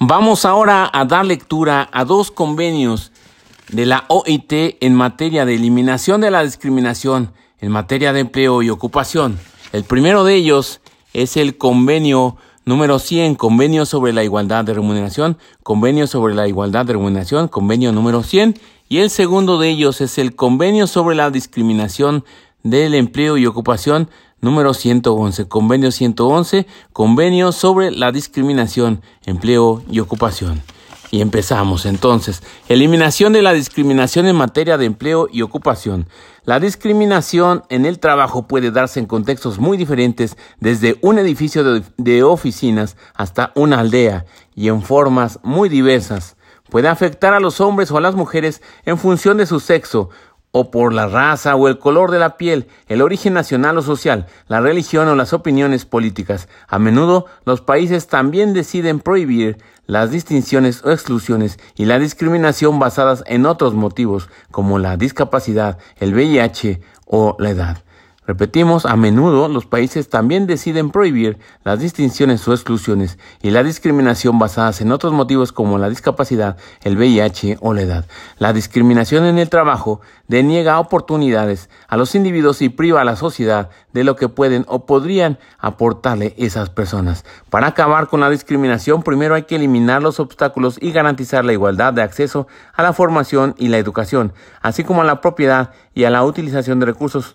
Vamos ahora a dar lectura a dos convenios de la OIT en materia de eliminación de la discriminación en materia de empleo y ocupación. El primero de ellos es el convenio número 100, convenio sobre la igualdad de remuneración, convenio sobre la igualdad de remuneración, convenio número 100, y el segundo de ellos es el convenio sobre la discriminación del empleo y ocupación número 111, convenio 111, convenio sobre la discriminación, empleo y ocupación. Y empezamos entonces. Eliminación de la discriminación en materia de empleo y ocupación. La discriminación en el trabajo puede darse en contextos muy diferentes, desde un edificio de oficinas hasta una aldea, y en formas muy diversas. Puede afectar a los hombres o a las mujeres en función de su sexo, o por la raza o el color de la piel, el origen nacional o social, la religión o las opiniones políticas. A menudo, los países también deciden prohibir las distinciones o exclusiones y la discriminación basadas en otros motivos, como la discapacidad, el VIH o la edad. Repetimos, a menudo los países también deciden prohibir las distinciones o exclusiones y la discriminación basadas en otros motivos como la discapacidad, el VIH o la edad. La discriminación en el trabajo deniega oportunidades a los individuos y priva a la sociedad de lo que pueden o podrían aportarle esas personas. Para acabar con la discriminación, primero hay que eliminar los obstáculos y garantizar la igualdad de acceso a la formación y la educación, así como a la propiedad y a la utilización de recursos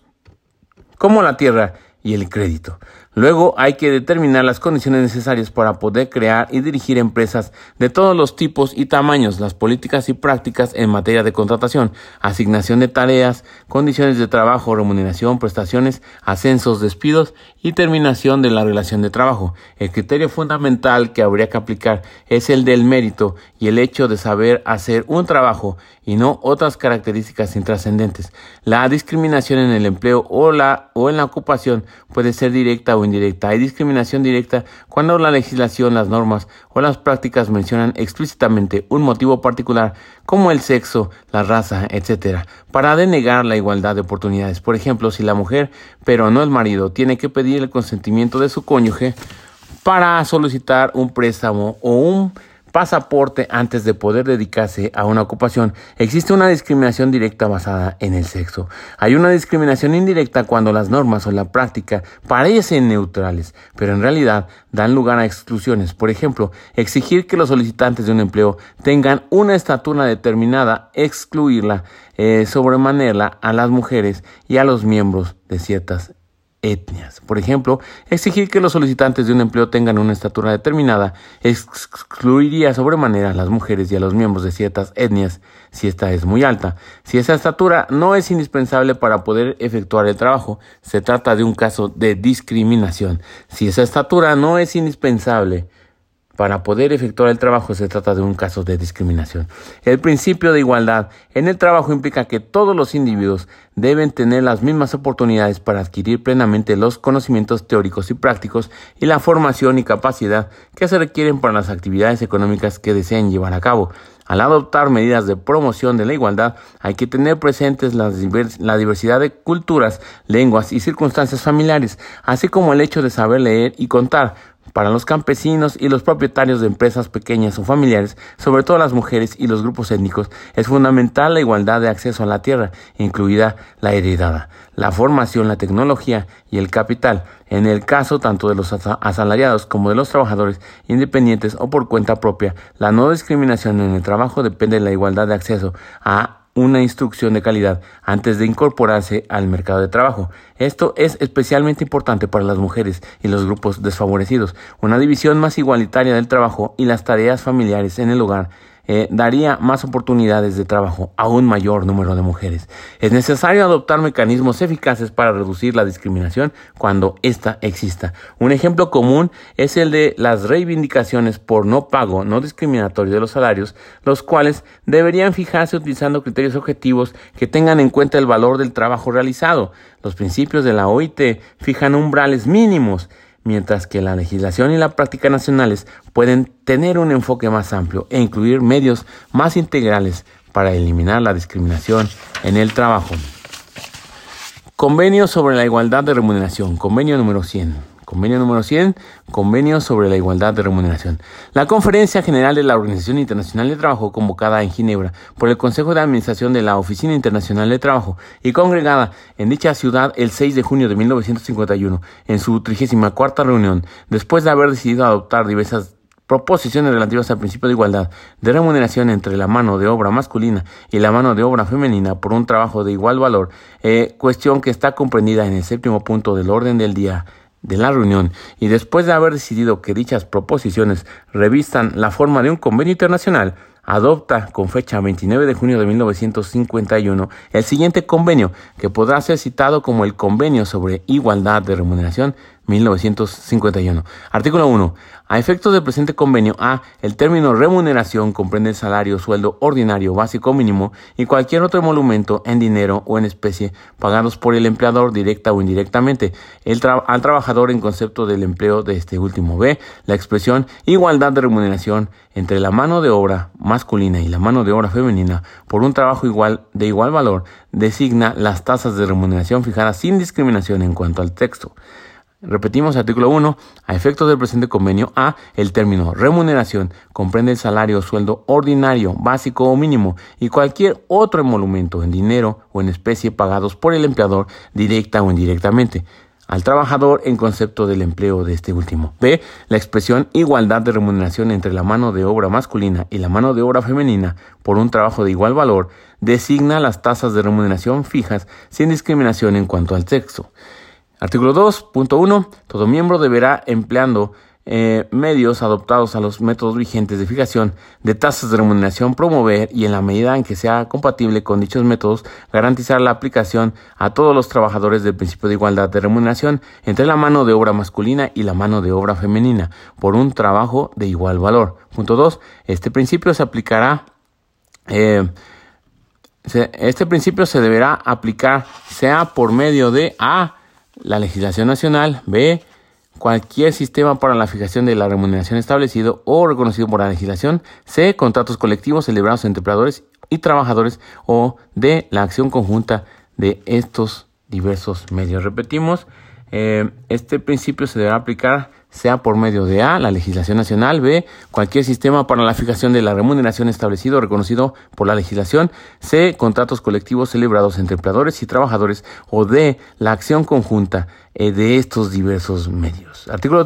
como la tierra y el crédito. Luego hay que determinar las condiciones necesarias para poder crear y dirigir empresas de todos los tipos y tamaños, las políticas y prácticas en materia de contratación, asignación de tareas, condiciones de trabajo, remuneración, prestaciones, ascensos, despidos y terminación de la relación de trabajo. El criterio fundamental que habría que aplicar es el del mérito y el hecho de saber hacer un trabajo y no otras características intrascendentes. La discriminación en el empleo o en la ocupación puede ser directa o indirecta. Hay discriminación directa cuando la legislación, las normas o las prácticas mencionan explícitamente un motivo particular como el sexo, la raza, etc., para denegar la igualdad de oportunidades. Por ejemplo, si la mujer, pero no el marido, tiene que pedir el consentimiento de su cónyuge para solicitar un préstamo o un pasaporte antes de poder dedicarse a una ocupación, existe una discriminación directa basada en el sexo. Hay una discriminación indirecta cuando las normas o la práctica parecen neutrales, pero en realidad dan lugar a exclusiones. Por ejemplo, exigir que los solicitantes de un empleo tengan una estatura determinada, excluirla sobremanera a las mujeres y a los miembros de ciertas etnias. Por ejemplo, exigir que los solicitantes de un empleo tengan una estatura determinada excluiría sobremanera a las mujeres y a los miembros de ciertas etnias si esta es muy alta. Si esa estatura no es indispensable para poder efectuar el trabajo, se trata de un caso de discriminación. Si esa estatura no es indispensable para poder efectuar el trabajo, se trata de un caso de discriminación. El principio de igualdad en el trabajo implica que todos los individuos deben tener las mismas oportunidades para adquirir plenamente los conocimientos teóricos y prácticos y la formación y capacidad que se requieren para las actividades económicas que deseen llevar a cabo. Al adoptar medidas de promoción de la igualdad, hay que tener presentes la diversidad de culturas, lenguas y circunstancias familiares, así como el hecho de saber leer y contar. Para los campesinos y los propietarios de empresas pequeñas o familiares, sobre todo las mujeres y los grupos étnicos, es fundamental la igualdad de acceso a la tierra, incluida la heredada, la formación, la tecnología y el capital. En el caso tanto de los asalariados como de los trabajadores independientes o por cuenta propia, la no discriminación en el trabajo depende de la igualdad de acceso a una instrucción de calidad antes de incorporarse al mercado de trabajo. Esto es especialmente importante para las mujeres y los grupos desfavorecidos. Una división más igualitaria del trabajo y las tareas familiares en el hogar daría más oportunidades de trabajo a un mayor número de mujeres. Es necesario adoptar mecanismos eficaces para reducir la discriminación cuando ésta exista. Un ejemplo común es el de las reivindicaciones por no pago no discriminatorio de los salarios, los cuales deberían fijarse utilizando criterios objetivos que tengan en cuenta el valor del trabajo realizado. Los principios de la OIT fijan umbrales mínimos, mientras que la legislación y la práctica nacionales pueden tener un enfoque más amplio e incluir medios más integrales para eliminar la discriminación en el trabajo. Convenio sobre la igualdad de remuneración, convenio número 100. Convenio número 100, Convenio sobre la igualdad de remuneración. La Conferencia General de la Organización Internacional de Trabajo, convocada en Ginebra por el Consejo de Administración de la Oficina Internacional de Trabajo y congregada en dicha ciudad el 6 de junio de 1951, en su 34ª reunión, después de haber decidido adoptar diversas proposiciones relativas al principio de igualdad de remuneración entre la mano de obra masculina y la mano de obra femenina por un trabajo de igual valor, cuestión que está comprendida en el 7º punto del orden del día de la reunión, y después de haber decidido que dichas proposiciones revistan la forma de un convenio internacional, adopta con fecha 29 de junio de 1951 el siguiente convenio, que podrá ser citado como el Convenio sobre Igualdad de Remuneración 1951. Artículo 1. A efectos del presente convenio, A. El término remuneración comprende el salario, sueldo ordinario, básico o mínimo y cualquier otro emolumento en dinero o en especie pagados por el empleador directa o indirectamente al trabajador en concepto del empleo de este último. B. La expresión igualdad de remuneración entre la mano de obra masculina y la mano de obra femenina por un trabajo de igual valor designa las tasas de remuneración fijadas sin discriminación en cuanto al texto. Repetimos, artículo 1. A efectos del presente convenio, A. El término remuneración comprende el salario o sueldo ordinario, básico o mínimo y cualquier otro emolumento en dinero o en especie pagados por el empleador directa o indirectamente al trabajador en concepto del empleo de este último. B. La expresión igualdad de remuneración entre la mano de obra masculina y la mano de obra femenina por un trabajo de igual valor designa las tasas de remuneración fijas sin discriminación en cuanto al sexo. Artículo 2.1. Todo miembro deberá, empleando medios adoptados a los métodos vigentes de fijación de tasas de remuneración, promover y en la medida en que sea compatible con dichos métodos, garantizar la aplicación a todos los trabajadores del principio de igualdad de remuneración entre la mano de obra masculina y la mano de obra femenina por un trabajo de igual valor. Punto 2. Este principio se aplicará Este principio se deberá aplicar sea por medio de A. La legislación nacional, B. Cualquier sistema para la fijación de la remuneración establecido o reconocido por la legislación, C. Contratos colectivos celebrados entre empleadores y trabajadores, o D. La acción conjunta de estos diversos medios. Repetimos, este principio se deberá aplicar sea por medio de A. La legislación nacional, B. Cualquier sistema para la fijación de la remuneración establecido o reconocido por la legislación, C. Contratos colectivos celebrados entre empleadores y trabajadores, o D. La acción conjunta de estos diversos medios. Artículo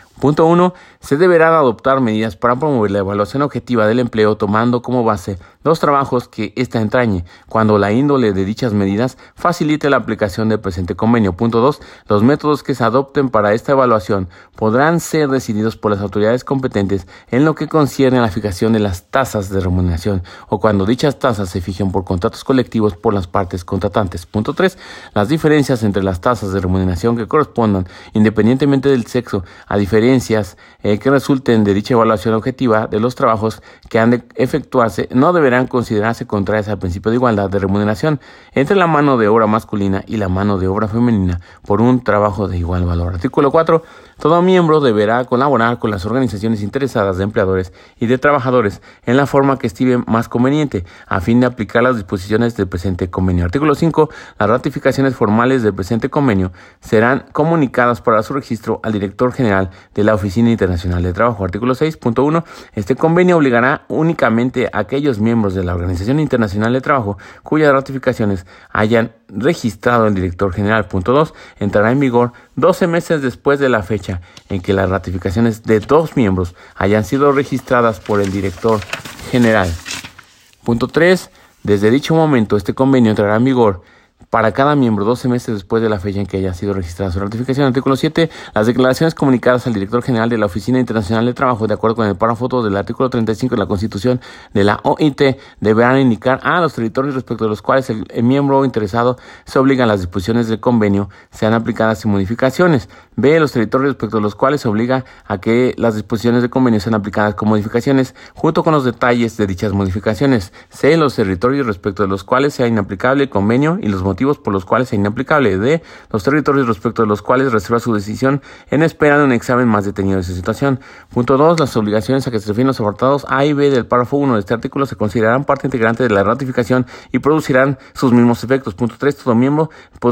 3.1. Se deberán adoptar medidas para promover la evaluación objetiva del empleo tomando como base los trabajos que ésta entrañe, cuando la índole de dichas medidas facilite la aplicación del presente convenio. Punto 2. Los métodos que se adopten para esta evaluación podrán ser decididos por las autoridades competentes en lo que concierne a la fijación de las tasas de remuneración o cuando dichas tasas se fijen por contratos colectivos por las partes contratantes. Punto 3. Las diferencias entre las tasas de remuneración que correspondan, independientemente del sexo, a diferencias que resulten de dicha evaluación objetiva de los trabajos que han de efectuarse, no deberán considerarse contrarias al principio de igualdad de remuneración entre la mano de obra masculina y la mano de obra femenina por un trabajo de igual valor. Artículo 4. Todo miembro deberá colaborar con las organizaciones interesadas de empleadores y de trabajadores en la forma que estime más conveniente, a fin de aplicar las disposiciones del presente convenio. Artículo 5. Las ratificaciones formales del presente convenio serán comunicadas para su registro al director general de la Oficina Internacional de Trabajo. Artículo 6.1. Este convenio obligará únicamente a aquellos miembros de la Organización Internacional de Trabajo cuyas ratificaciones hayan registrado el director general. Punto 2. Entrará en vigor 12 meses después de la fecha en que las ratificaciones de 2 miembros hayan sido registradas por el director general. Punto 3. Desde dicho momento, este convenio entrará en vigor para cada miembro 12 meses después de la fecha en que haya sido registrada su ratificación. Artículo 7. Las declaraciones comunicadas al director general de la Oficina Internacional de Trabajo, de acuerdo con el párrafo 2 del artículo 35 de la Constitución de la OIT, deberán indicar a los territorios respecto de los cuales el miembro interesado se obliga a las disposiciones del convenio sean aplicadas sin modificaciones. B. Los territorios respecto de los cuales se obliga a que las disposiciones del convenio sean aplicadas con modificaciones, junto con los detalles de dichas modificaciones. C. Los territorios respecto de los cuales sea inaplicable el convenio y los motivos por los cuales sea inaplicable. D. Los territorios respecto de los cuales reserva su decisión en espera de un examen más detenido de su situación. Punto 2. Las obligaciones a que se refieren los apartados A y B del párrafo 1 de este artículo se considerarán parte integrante de la ratificación y producirán sus mismos efectos. Punto 3. Todo miembro podrá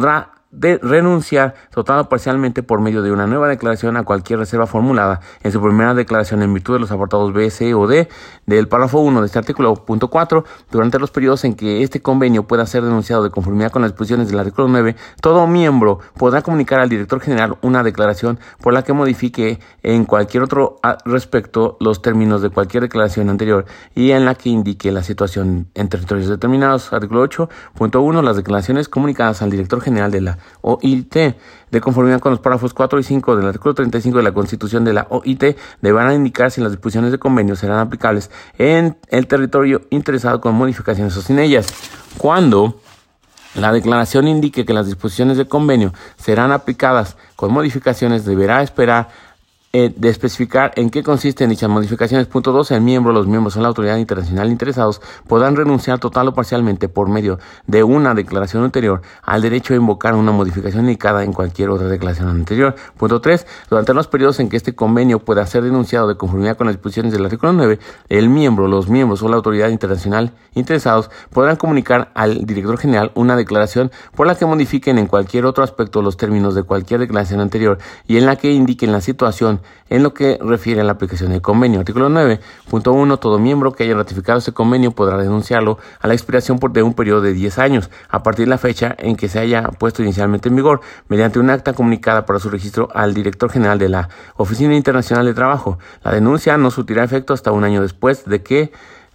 renunciar total o parcialmente por medio de una nueva declaración a cualquier reserva formulada en su primera declaración en virtud de los apartados B, C o D del párrafo 1 de este artículo. Punto 4. Durante los periodos en que este convenio pueda ser denunciado de conformidad con las disposiciones del artículo 9, todo miembro podrá comunicar al director general una declaración por la que modifique en cualquier otro respecto los términos de cualquier declaración anterior y en la que indique la situación en territorios determinados. Artículo 8.1. Las declaraciones comunicadas al director general de la OIT de conformidad con los párrafos 4 y 5 del artículo 35 de la Constitución de la OIT deberán indicar si las disposiciones de convenio serán aplicables en el territorio interesado con modificaciones o sin ellas. Cuando la declaración indique que las disposiciones de convenio serán aplicadas con modificaciones, deberá esperar de especificar en qué consisten dichas modificaciones. Punto 2. Los miembros o la autoridad internacional interesados podrán renunciar total o parcialmente por medio de una declaración anterior al derecho a invocar una modificación indicada en cualquier otra declaración anterior. Punto 3. Durante los periodos en que este convenio pueda ser denunciado de conformidad con las disposiciones del artículo 9, los miembros o la autoridad internacional interesados podrán comunicar al director general una declaración por la que modifiquen en cualquier otro aspecto los términos de cualquier declaración anterior y en la que indiquen la situación en lo que refiere a la aplicación del convenio. Artículo 9.1. Todo miembro que haya ratificado este convenio podrá denunciarlo a la expiración de un periodo de 10 años, a partir de la fecha en que se haya puesto inicialmente en vigor, mediante un acta comunicada para su registro al director general de la Oficina Internacional de Trabajo. La denuncia no surtirá efecto hasta un año después de que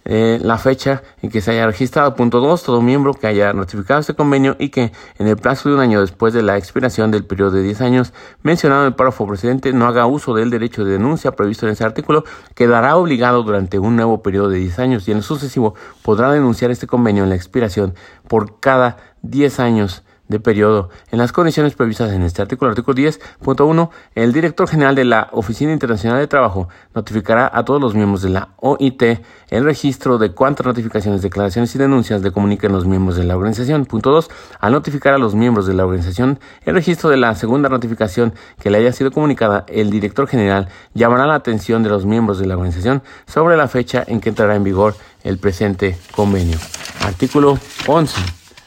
la fecha en que se haya registrado. Punto 2. Todo miembro que haya ratificado este convenio y que en el plazo de un año después de la expiración del periodo de 10 años mencionado en el párrafo precedente no haga uso del derecho de denuncia previsto en ese artículo, quedará obligado durante un nuevo periodo de 10 años y en el sucesivo podrá denunciar este convenio en la expiración por cada 10 años de periodo en las condiciones previstas en este artículo. Artículo 10.1. El director general de la Oficina Internacional de Trabajo notificará a todos los miembros de la OIT el registro de cuántas notificaciones, declaraciones y denuncias le comuniquen los miembros de la organización. Punto 2. Al notificar a los miembros de la organización el registro de la segunda notificación que le haya sido comunicada, el director general llamará la atención de los miembros de la organización sobre la fecha en que entrará en vigor el presente convenio. Artículo 11.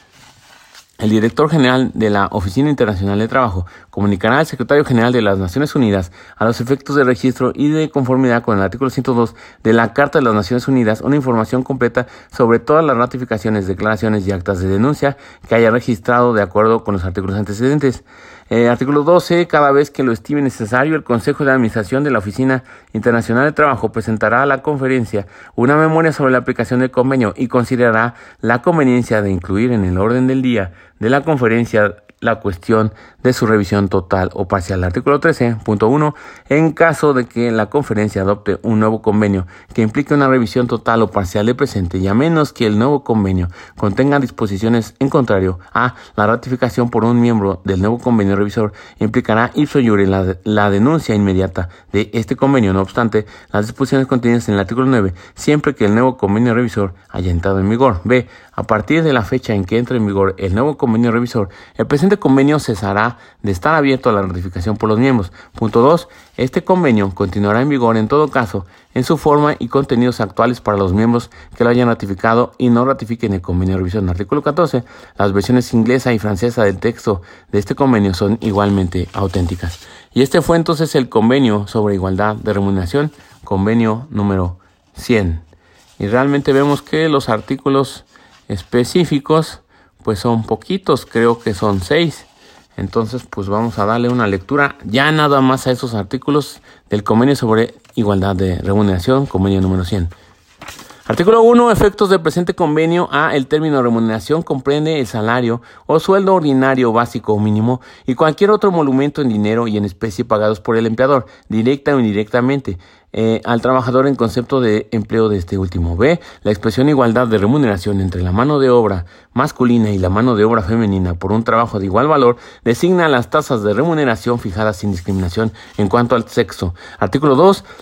El director general de la Oficina Internacional de Trabajo comunicará al secretario general de las Naciones Unidas a los efectos de registro y de conformidad con el artículo 102 de la Carta de las Naciones Unidas una información completa sobre todas las ratificaciones, declaraciones y actas de denuncia que haya registrado de acuerdo con los artículos antecedentes. Artículo 12. Cada vez que lo estime necesario, el Consejo de Administración de la Oficina Internacional de Trabajo presentará a la conferencia una memoria sobre la aplicación del convenio y considerará la conveniencia de incluir en el orden del día de la conferencia la cuestión de su revisión total o parcial. Artículo 13.1. En caso de que la conferencia adopte un nuevo convenio que implique una revisión total o parcial del presente y a menos que el nuevo convenio contenga disposiciones en contrario a la ratificación por un miembro del nuevo convenio revisor, implicará ipso iure la denuncia inmediata de este convenio. No obstante, las disposiciones contenidas en el artículo 9, siempre que el nuevo convenio revisor haya entrado en vigor. B. A partir de la fecha en que entre en vigor el nuevo convenio revisor, el presente convenio cesará de estar abierto a la ratificación por los miembros. Punto 2. Este convenio continuará en vigor en todo caso en su forma y contenidos actuales para los miembros que lo hayan ratificado y no ratifiquen el convenio de revisión. Artículo 14. Las versiones inglesa y francesa del texto de este convenio son igualmente auténticas. Y este fue entonces el convenio sobre igualdad de remuneración, convenio número 100. Y realmente vemos que los artículos específicos pues son poquitos, creo que son 6. Entonces pues vamos a darle una lectura ya nada más a esos artículos del convenio sobre igualdad de remuneración, convenio número 100. Artículo 1. Efectos del presente convenio. A. El término remuneración comprende el salario o sueldo ordinario básico o mínimo y cualquier otro monumento en dinero y en especie pagados por el empleador, directa o indirectamente, al trabajador en concepto de empleo de este último. B. La expresión igualdad de remuneración entre la mano de obra masculina y la mano de obra femenina por un trabajo de igual valor designa las tasas de remuneración fijadas sin discriminación en cuanto al sexo. Artículo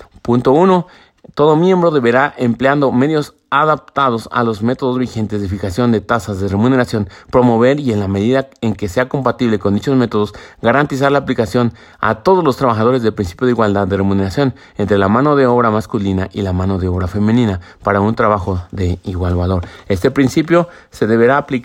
2.1. Todo miembro deberá, empleando medios adaptados a los métodos vigentes de fijación de tasas de remuneración, promover y en la medida en que sea compatible con dichos métodos, garantizar la aplicación a todos los trabajadores del principio de igualdad de remuneración entre la mano de obra masculina y la mano de obra femenina para un trabajo de igual valor. Este principio se deberá aplicar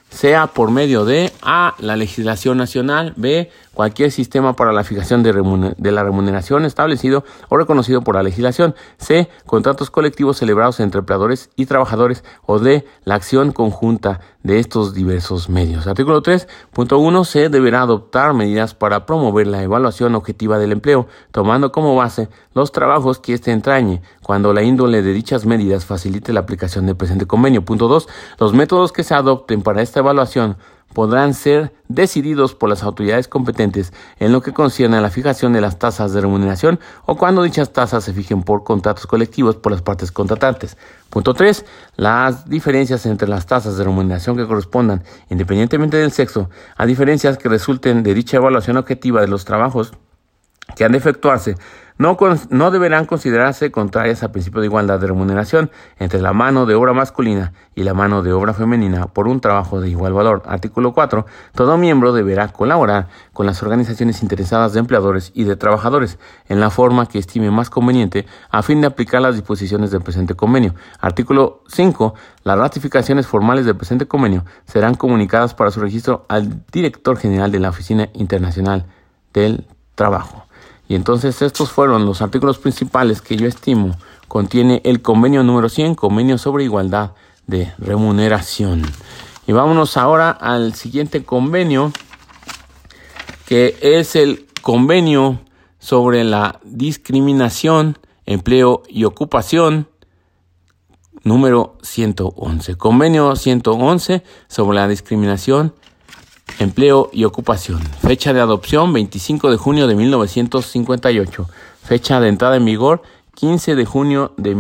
sea por medio de A, la legislación nacional, B, cualquier sistema para la fijación de la remuneración establecido o reconocido por la legislación, C, contratos colectivos celebrados entre empleadores y trabajadores, o D, la acción conjunta de estos diversos medios. Artículo 3.1. Se deberá adoptar medidas para promover la evaluación objetiva del empleo, tomando como base los trabajos que éste entrañe, cuando la índole de dichas medidas facilite la aplicación del presente convenio. Punto 2. Los métodos que se adopten para esta evaluación podrán ser decididos por las autoridades competentes en lo que concierne a la fijación de las tasas de remuneración o cuando dichas tasas se fijen por contratos colectivos por las partes contratantes. Punto 3. Las diferencias entre las tasas de remuneración que correspondan, independientemente del sexo, a diferencias que resulten de dicha evaluación objetiva de los trabajos que han de efectuarse, no deberán considerarse contrarias al principio de igualdad de remuneración entre la mano de obra masculina y la mano de obra femenina por un trabajo de igual valor. Artículo 4. Todo miembro deberá colaborar con las organizaciones interesadas de empleadores y de trabajadores en la forma que estime más conveniente a fin de aplicar las disposiciones del presente convenio. Artículo 5. Las ratificaciones formales del presente convenio serán comunicadas para su registro al director general de la Oficina Internacional del Trabajo. Y entonces estos fueron los artículos principales que yo estimo contiene el convenio número 100, convenio sobre igualdad de remuneración. Y vámonos ahora al siguiente convenio, que es el convenio sobre la discriminación, empleo y ocupación, número 111. Convenio 111 sobre la discriminación, empleo y ocupación. Fecha de adopción 25 de junio de 1958. Fecha de entrada en vigor 15 de junio de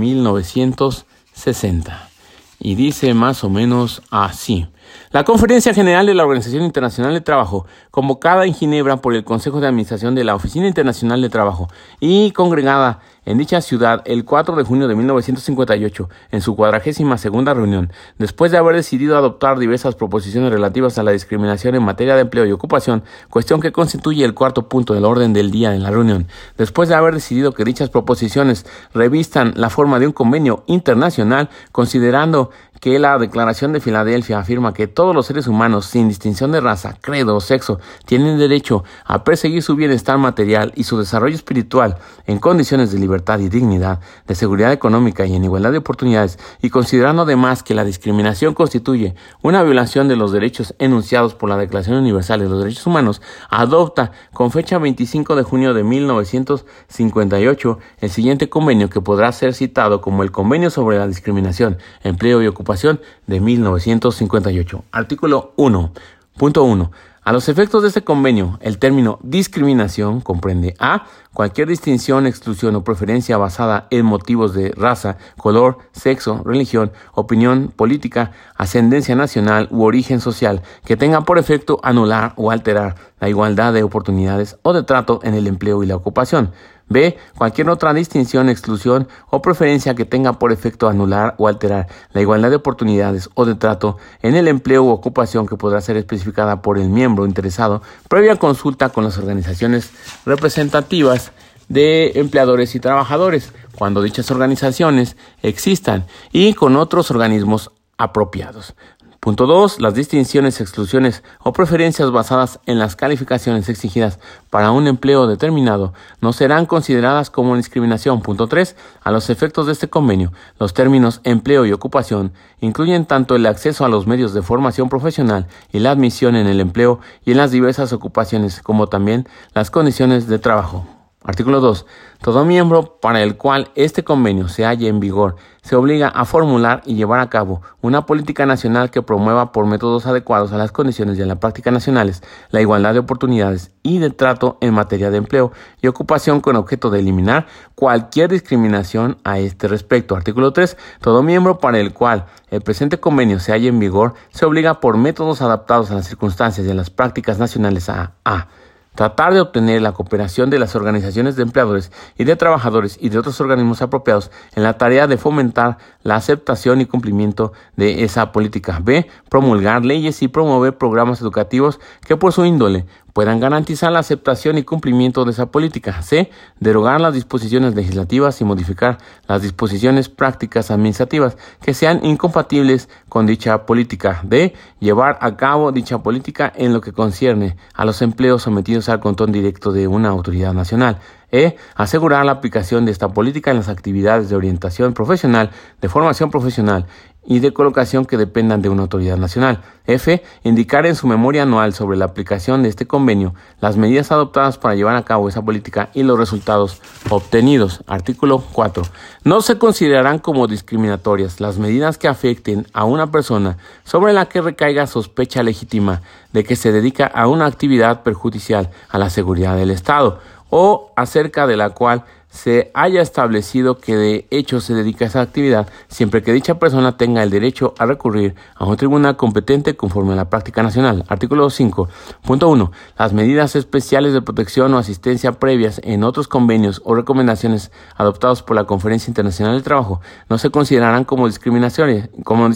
1960. Y dice más o menos así. La Conferencia General de la Organización Internacional de Trabajo, convocada en Ginebra por el Consejo de Administración de la Oficina Internacional de Trabajo y congregada en dicha ciudad el 4 de junio de 1958, en su 42ª reunión, después de haber decidido adoptar diversas proposiciones relativas a la discriminación en materia de empleo y ocupación, cuestión que constituye el cuarto punto del orden del día de la reunión, después de haber decidido que dichas proposiciones revistan la forma de un convenio internacional, considerando que la Declaración de Filadelfia afirma que todos los seres humanos, sin distinción de raza, credo o sexo, tienen derecho a perseguir su bienestar material y su desarrollo espiritual en condiciones de libertad y dignidad, de seguridad económica y en igualdad de oportunidades, y considerando además que la discriminación constituye una violación de los derechos enunciados por la Declaración Universal de los Derechos Humanos, adopta con fecha 25 de junio de 1958 el siguiente convenio, que podrá ser citado como el Convenio sobre la Discriminación, Empleo y Ocupación de 1958. Artículo 1.1. A los efectos de este convenio, el término discriminación comprende a. Cualquier distinción, exclusión o preferencia basada en motivos de raza, color, sexo, religión, opinión política, ascendencia nacional u origen social que tenga por efecto anular o alterar la igualdad de oportunidades o de trato en el empleo y la ocupación. B. Cualquier otra distinción, exclusión o preferencia que tenga por efecto anular o alterar la igualdad de oportunidades o de trato en el empleo u ocupación que podrá ser especificada por el miembro interesado previa consulta con las organizaciones representativas de empleadores y trabajadores, cuando dichas organizaciones existan, y con otros organismos apropiados. Punto 2. Las distinciones, exclusiones o preferencias basadas en las calificaciones exigidas para un empleo determinado no serán consideradas como discriminación. Punto 3. A los efectos de este convenio, los términos empleo y ocupación incluyen tanto el acceso a los medios de formación profesional y la admisión en el empleo y en las diversas ocupaciones, como también las condiciones de trabajo. Artículo 2. Todo miembro para el cual este convenio se halle en vigor se obliga a formular y llevar a cabo una política nacional que promueva por métodos adecuados a las condiciones y a la práctica nacionales la igualdad de oportunidades y de trato en materia de empleo y ocupación con objeto de eliminar cualquier discriminación a este respecto. Artículo 3. Todo miembro para el cual el presente convenio se halle en vigor se obliga por métodos adaptados a las circunstancias y a las prácticas nacionales a tratar de obtener la cooperación de las organizaciones de empleadores y de trabajadores y de otros organismos apropiados en la tarea de fomentar la aceptación y cumplimiento de esa política. B. Promulgar leyes y promover programas educativos que por su índole puedan garantizar la aceptación y cumplimiento de esa política. C. Derogar las disposiciones legislativas y modificar las disposiciones prácticas administrativas que sean incompatibles con dicha política. D. Llevar a cabo dicha política en lo que concierne a los empleos sometidos al control directo de una autoridad nacional. E. Asegurar la aplicación de esta política en las actividades de orientación profesional, de formación profesional y de colocación que dependan de una autoridad nacional. F. Indicar en su memoria anual sobre la aplicación de este convenio las medidas adoptadas para llevar a cabo esa política y los resultados obtenidos. Artículo 4. No se considerarán como discriminatorias las medidas que afecten a una persona sobre la que recaiga sospecha legítima de que se dedica a una actividad perjudicial a la seguridad del Estado o acerca de la cual se haya establecido que de hecho se dedica a esa actividad, siempre que dicha persona tenga el derecho a recurrir a un tribunal competente conforme a la práctica nacional. Artículo 5.1. Las medidas especiales de protección o asistencia previas en otros convenios o recomendaciones adoptados por la Conferencia Internacional del Trabajo no se considerarán como discriminatorias.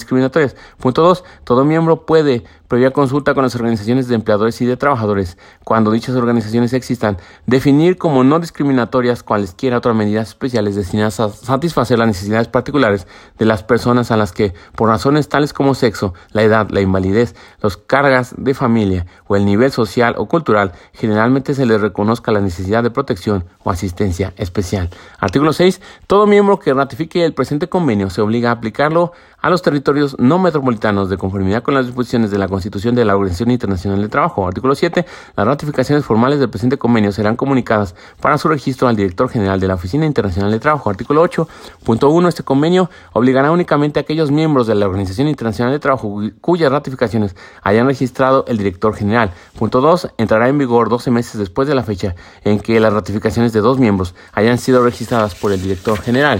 Punto 2. Todo miembro puede, previa consulta con las organizaciones de empleadores y de trabajadores, cuando dichas organizaciones existan, definir como no discriminatorias cualesquiera otras medidas especiales destinadas a satisfacer las necesidades particulares de las personas a las que, por razones tales como sexo, la edad, la invalidez, las cargas de familia o el nivel social o cultural, generalmente se les reconozca la necesidad de protección o asistencia especial. Artículo 6. Todo miembro que ratifique el presente convenio se obliga a aplicarlo a los territorios no metropolitanos de conformidad con las disposiciones de la Constitución de la Organización Internacional del Trabajo. Artículo 7. Las ratificaciones formales del presente convenio serán comunicadas para su registro al director general de la Oficina Internacional del Trabajo. Artículo 8.1. Este convenio obligará únicamente a aquellos miembros de la Organización Internacional del Trabajo cuyas ratificaciones hayan registrado el director general. Punto 2. Entrará en vigor 12 meses después de la fecha en que las ratificaciones de 2 miembros hayan sido registradas por el director general.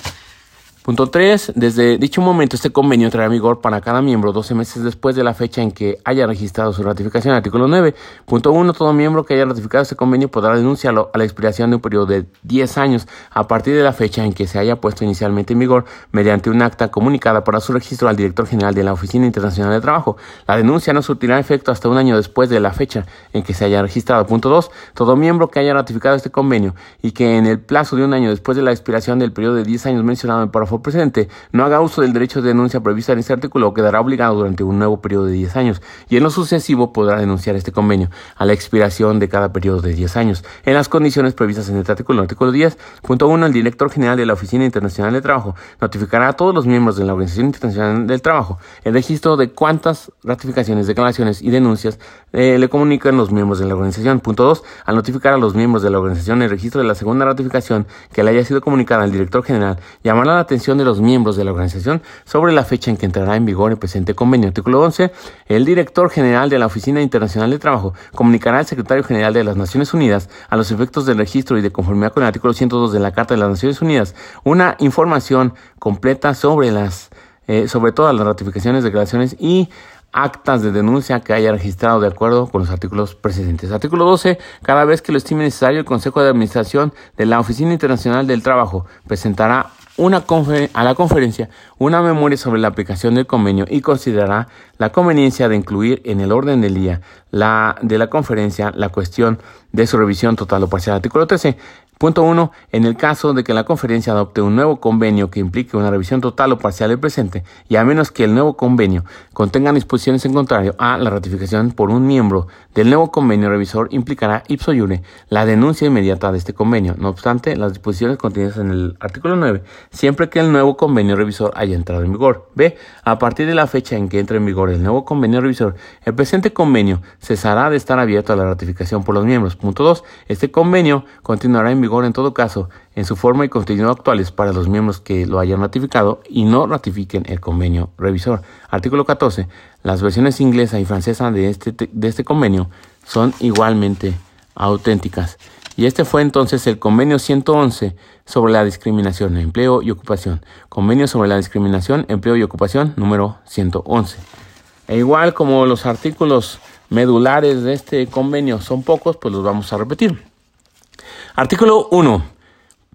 Punto 3. Desde dicho momento, este convenio entrará en vigor para cada miembro 12 meses después de la fecha en que haya registrado su ratificación. Artículo 9.1. Todo miembro que haya ratificado este convenio podrá denunciarlo a la expiración de un periodo de 10 años a partir de la fecha en que se haya puesto inicialmente en vigor mediante un acta comunicada para su registro al director general de la Oficina Internacional de Trabajo. La denuncia no surtirá efecto hasta un año después de la fecha en que se haya registrado. Punto 2. Todo miembro que haya ratificado este convenio y que en el plazo de un año después de la expiración del periodo de 10 años mencionado en el párrafo precedente no haga uso del derecho de denuncia previsto en este artículo, quedará obligado durante un nuevo periodo de 10 años y en lo sucesivo podrá denunciar este convenio a la expiración de cada periodo de 10 años en las condiciones previstas en este artículo. Artículo 10.1. El director general de la Oficina Internacional de Trabajo notificará a todos los miembros de la Organización Internacional del Trabajo el registro de cuántas ratificaciones, declaraciones y denuncias le comunican los miembros de la organización. Punto 2. Al notificar a los miembros de la organización el registro de la segunda ratificación que le haya sido comunicada al director general, llamará la atención de los miembros de la organización sobre la fecha en que entrará en vigor el presente convenio. Artículo 11. El director general de la Oficina Internacional de Trabajo comunicará al secretario general de las Naciones Unidas, a los efectos del registro y de conformidad con el artículo 102 de la Carta de las Naciones Unidas, una información completa sobre todas las ratificaciones, declaraciones y actas de denuncia que haya registrado de acuerdo con los artículos precedentes. Artículo 12. Cada vez que lo estime necesario, el Consejo de Administración de la Oficina Internacional del Trabajo presentará a la conferencia una memoria sobre la aplicación del convenio y considerará la conveniencia de incluir en el orden del día de la conferencia la cuestión de su revisión total o parcial. Artículo 13. Punto 1. En el caso de que la conferencia adopte un nuevo convenio que implique una revisión total o parcial del presente, y a menos que el nuevo convenio contenga disposiciones en contrario a la ratificación por un miembro del nuevo convenio revisor, implicará ipso iure la denuncia inmediata de este convenio. No obstante, las disposiciones contenidas en el artículo 9, siempre que el nuevo convenio revisor haya entrado en vigor. B. A partir de la fecha en que entre en vigor el nuevo convenio revisor, el presente convenio cesará de estar abierto a la ratificación por los miembros. Punto 2. Este convenio continuará en vigor en todo caso en su forma y contenido actuales para los miembros que lo hayan ratificado y no ratifiquen el convenio revisor. Artículo 14. Las versiones inglesa y francesa de este convenio son igualmente auténticas. Y este fue entonces el convenio 111 sobre la discriminación, empleo y ocupación. Convenio sobre la discriminación, empleo y ocupación número 111. E igual como los artículos medulares de este convenio son pocos, pues los vamos a repetir. Artículo 1.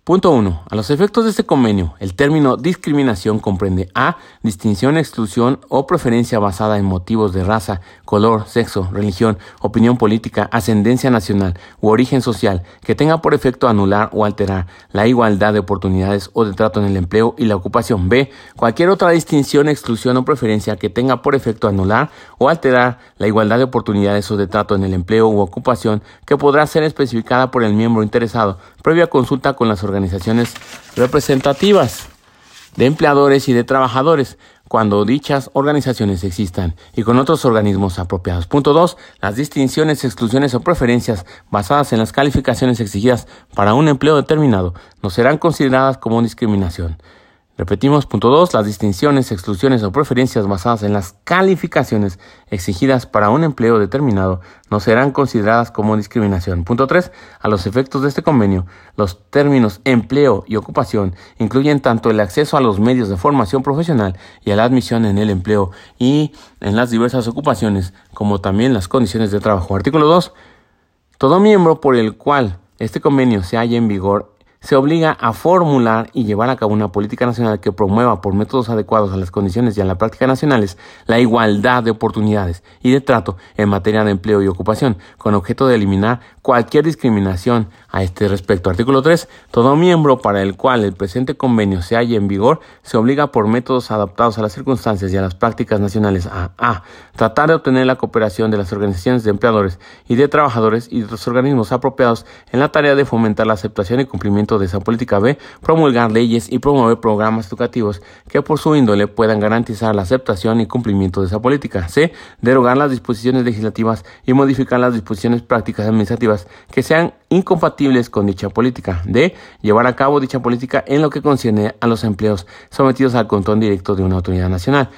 Punto 1. A los efectos de este convenio, el término discriminación comprende a. Distinción, exclusión o preferencia basada en motivos de raza, color, sexo, religión, opinión política, ascendencia nacional u origen social que tenga por efecto anular o alterar la igualdad de oportunidades o de trato en el empleo y la ocupación. B. Cualquier otra distinción, exclusión o preferencia que tenga por efecto anular o alterar la igualdad de oportunidades o de trato en el empleo u ocupación que podrá ser especificada por el miembro interesado previa consulta con las organizaciones representativas de empleadores y de trabajadores, cuando dichas organizaciones existan, y con otros organismos apropiados. Punto 2. Las distinciones, exclusiones o preferencias basadas en las calificaciones exigidas para un empleo determinado no serán consideradas como discriminación. Repetimos, punto 2, las distinciones, exclusiones o preferencias basadas en las calificaciones exigidas para un empleo determinado no serán consideradas como discriminación. Punto 3, a los efectos de este convenio, los términos empleo y ocupación incluyen tanto el acceso a los medios de formación profesional y a la admisión en el empleo y en las diversas ocupaciones, como también las condiciones de trabajo. Artículo 2, todo miembro por el cual este convenio se halla en vigor se obliga a formular y llevar a cabo una política nacional que promueva por métodos adecuados a las condiciones y a la práctica nacionales la igualdad de oportunidades y de trato en materia de empleo y ocupación, con objeto de eliminar cualquier discriminación a este respecto. Artículo 3. Todo miembro para el cual el presente convenio se halle en vigor se obliga por métodos adaptados a las circunstancias y a las prácticas nacionales a tratar de obtener la cooperación de las organizaciones de empleadores y de trabajadores y de los organismos apropiados en la tarea de fomentar la aceptación y cumplimiento de esa política. B. Promulgar leyes y promover programas educativos que por su índole puedan garantizar la aceptación y cumplimiento de esa política. C. Derogar las disposiciones legislativas y modificar las disposiciones prácticas administrativas que sean incompatibles con dicha política. D. Llevar a cabo dicha política en lo que concierne a los empleos sometidos al control directo de una autoridad nacional.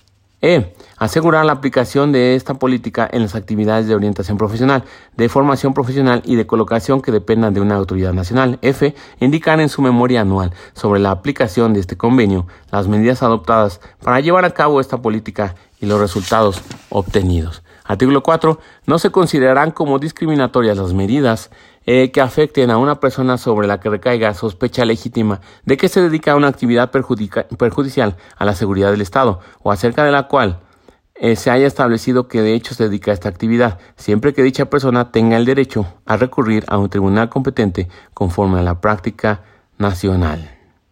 E. Asegurar la aplicación de esta política en las actividades de orientación profesional, de formación profesional y de colocación que dependan de una autoridad nacional. F. Indicar en su memoria anual sobre la aplicación de este convenio las medidas adoptadas para llevar a cabo esta política y los resultados obtenidos. Artículo 4. No se considerarán como discriminatorias las medidas que afecten a una persona sobre la que recaiga sospecha legítima de que se dedica a una actividad perjudicial a la seguridad del Estado o acerca de la cual se haya establecido que de hecho se dedica a esta actividad, siempre que dicha persona tenga el derecho a recurrir a un tribunal competente conforme a la práctica nacional.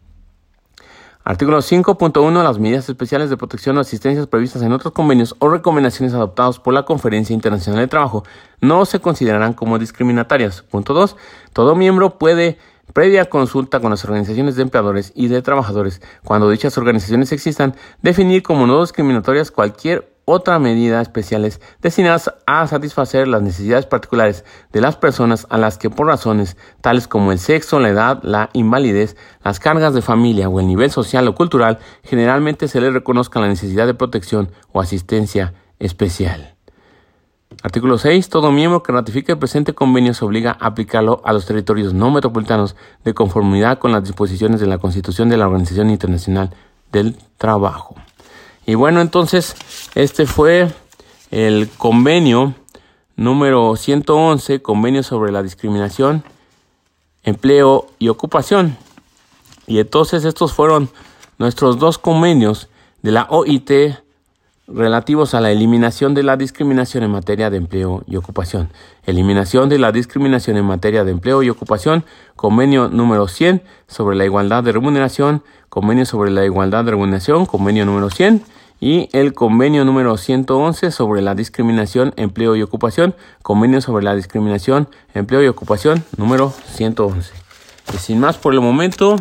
Artículo 5.1. Las medidas especiales de protección o asistencias previstas en otros convenios o recomendaciones adoptados por la Conferencia Internacional de Trabajo no se considerarán como discriminatorias. Punto 2. Todo miembro puede, previa consulta con las organizaciones de empleadores y de trabajadores, cuando dichas organizaciones existan, definir como no discriminatorias cualquier otra medida especiales destinadas a satisfacer las necesidades particulares de las personas a las que por razones tales como el sexo, la edad, la invalidez, las cargas de familia o el nivel social o cultural generalmente se les reconozca la necesidad de protección o asistencia especial. Artículo 6. Todo miembro que ratifique el presente convenio se obliga a aplicarlo a los territorios no metropolitanos de conformidad con las disposiciones de la Constitución de la Organización Internacional del Trabajo. Y bueno, entonces, este fue el convenio número 111, convenio sobre la discriminación, empleo y ocupación. Y entonces estos fueron nuestros dos convenios de la OIT relativos a la eliminación de la discriminación en materia de empleo y ocupación. Eliminación de la discriminación en materia de empleo y ocupación, convenio número 100 sobre la igualdad de remuneración, convenio sobre la igualdad de remuneración, convenio número 100, y el convenio número 111 sobre la discriminación, empleo y ocupación, convenio sobre la discriminación, empleo y ocupación número 111. Y sin más por el momento,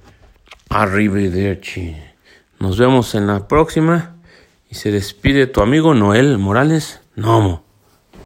arrivederci. Nos vemos en la próxima y se despide tu amigo Noel Morales Nomo.